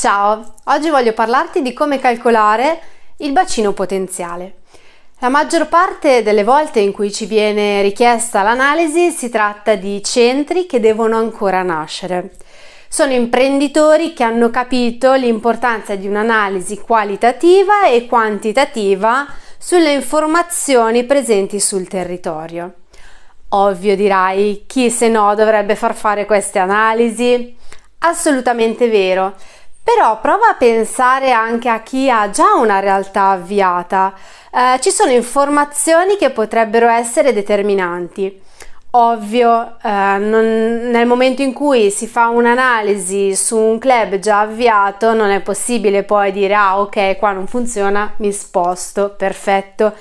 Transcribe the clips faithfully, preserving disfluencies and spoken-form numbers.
Ciao, oggi voglio parlarti di come calcolare il bacino potenziale. La maggior parte delle volte in cui ci viene richiesta l'analisi si tratta di centri che devono ancora nascere. Sono imprenditori che hanno capito l'importanza di un'analisi qualitativa e quantitativa sulle informazioni presenti sul territorio. Ovvio, dirai, chi se no dovrebbe far fare queste analisi? Assolutamente vero. Però prova a pensare anche a chi ha già una realtà avviata. Eh, ci sono informazioni che potrebbero essere determinanti. Ovvio, eh, non, nel momento in cui si fa un'analisi su un club già avviato, non è possibile poi dire ah ok, qua non funziona, mi sposto, perfetto.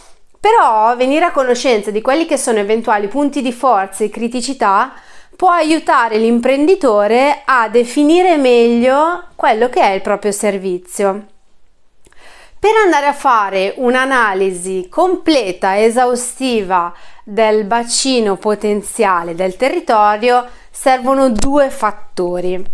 Però venire a conoscenza di quelli che sono eventuali punti di forza e criticità può aiutare l'imprenditore a definire meglio quello che è il proprio servizio. Per andare a fare un'analisi completa, esaustiva del bacino potenziale del territorio servono due fattori.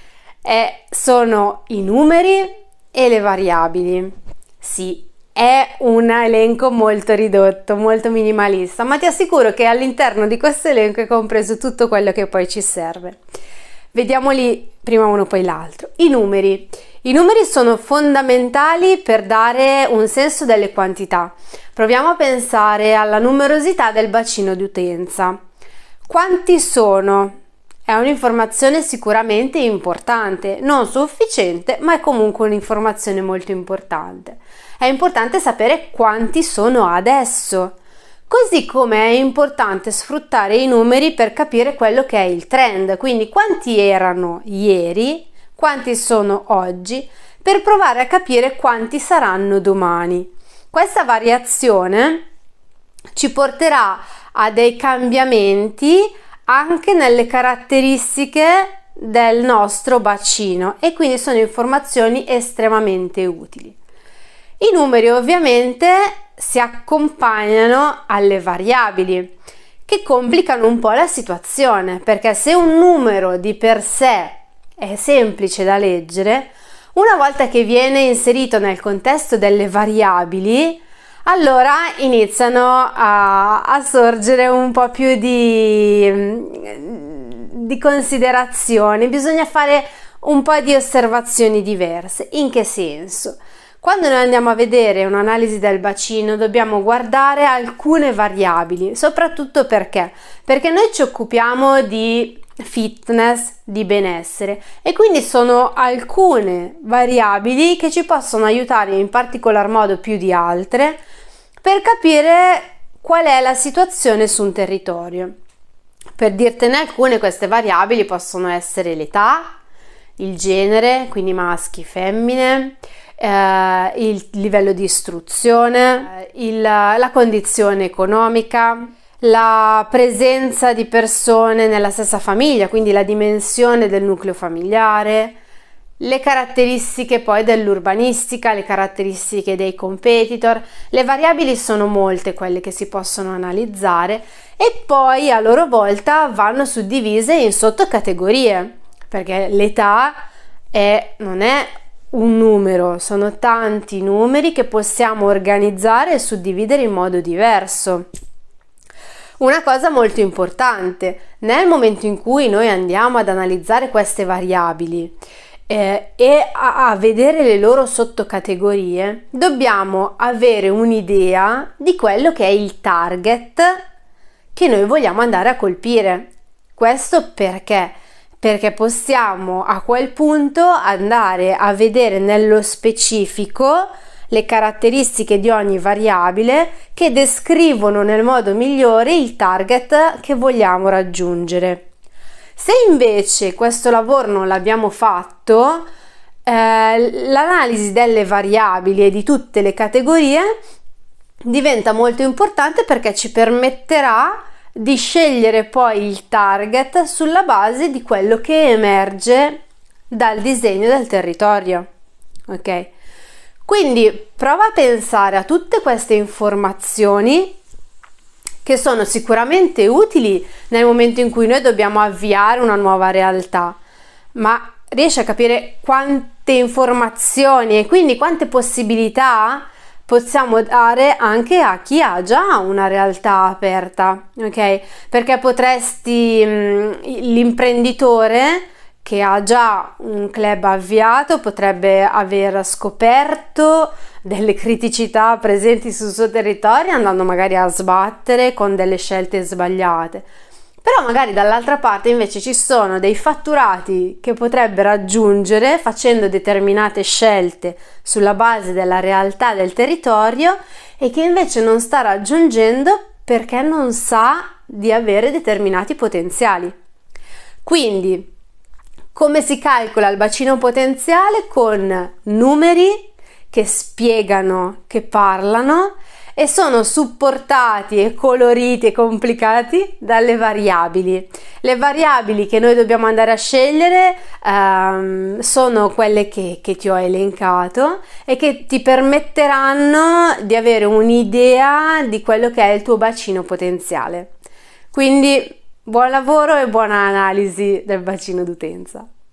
E sono i numeri e le variabili. Sì. È un elenco molto ridotto, molto minimalista, ma ti assicuro che all'interno di questo elenco è compreso tutto quello che poi ci serve. Vediamoli prima uno poi l'altro. I numeri. I numeri sono fondamentali per dare un senso delle quantità. Proviamo a pensare alla numerosità del bacino di utenza. Quanti sono? È un'informazione sicuramente importante, non sufficiente, ma è comunque un'informazione molto importante. È importante sapere quanti sono adesso, così come è importante sfruttare i numeri per capire quello che è il trend, quindi quanti erano ieri, quanti sono oggi, per provare a capire quanti saranno domani. Questa variazione ci porterà a dei cambiamenti anche nelle caratteristiche del nostro bacino e quindi sono informazioni estremamente utili. I numeri ovviamente si accompagnano alle variabili che complicano un po' la situazione, perché se un numero di per sé è semplice da leggere, una volta che viene inserito nel contesto delle variabili, allora iniziano a, a sorgere un po' più di, di considerazioni, bisogna fare un po' di osservazioni diverse. In che senso? Quando noi andiamo a vedere un'analisi del bacino dobbiamo guardare alcune variabili, soprattutto perché? Perché noi ci occupiamo di fitness, di benessere e quindi sono alcune variabili che ci possono aiutare in particolar modo più di altre per capire qual è la situazione su un territorio. Per dirtene alcune, queste variabili possono essere l'età, il genere, quindi maschi, femmine, eh, il livello di istruzione, il, la condizione economica, la presenza di persone nella stessa famiglia, quindi la dimensione del nucleo familiare, le caratteristiche poi dell'urbanistica, le caratteristiche dei competitor. Le variabili sono molte quelle che si possono analizzare e poi a loro volta vanno suddivise in sottocategorie, perché l'età è, non è un numero, sono tanti numeri che possiamo organizzare e suddividere in modo diverso. Una cosa molto importante, nel momento in cui noi andiamo ad analizzare queste variabili eh, e a, a vedere le loro sottocategorie, dobbiamo avere un'idea di quello che è il target che noi vogliamo andare a colpire. Questo perché? Perché possiamo a quel punto andare a vedere nello specifico le caratteristiche di ogni variabile che descrivono nel modo migliore il target che vogliamo raggiungere. Se invece questo lavoro non l'abbiamo fatto, eh, l'analisi delle variabili e di tutte le categorie diventa molto importante perché ci permetterà di scegliere poi il target sulla base di quello che emerge dal disegno del territorio. Ok? Quindi prova a pensare a tutte queste informazioni che sono sicuramente utili nel momento in cui noi dobbiamo avviare una nuova realtà, ma riesci a capire quante informazioni e quindi quante possibilità possiamo dare anche a chi ha già una realtà aperta, ok? Perché potresti, l'imprenditore che ha già un club avviato potrebbe aver scoperto delle criticità presenti sul suo territorio, andando magari a sbattere con delle scelte sbagliate. Però magari dall'altra parte invece ci sono dei fatturati che potrebbe raggiungere facendo determinate scelte sulla base della realtà del territorio e che invece non sta raggiungendo perché non sa di avere determinati potenziali. Quindi, come si calcola il bacino potenziale? Con numeri che spiegano, che parlano e sono supportati e coloriti e complicati dalle variabili. Le variabili che noi dobbiamo andare a scegliere ehm, sono quelle che, che ti ho elencato e che ti permetteranno di avere un'idea di quello che è il tuo bacino potenziale. Quindi buon lavoro e buona analisi del bacino d'utenza.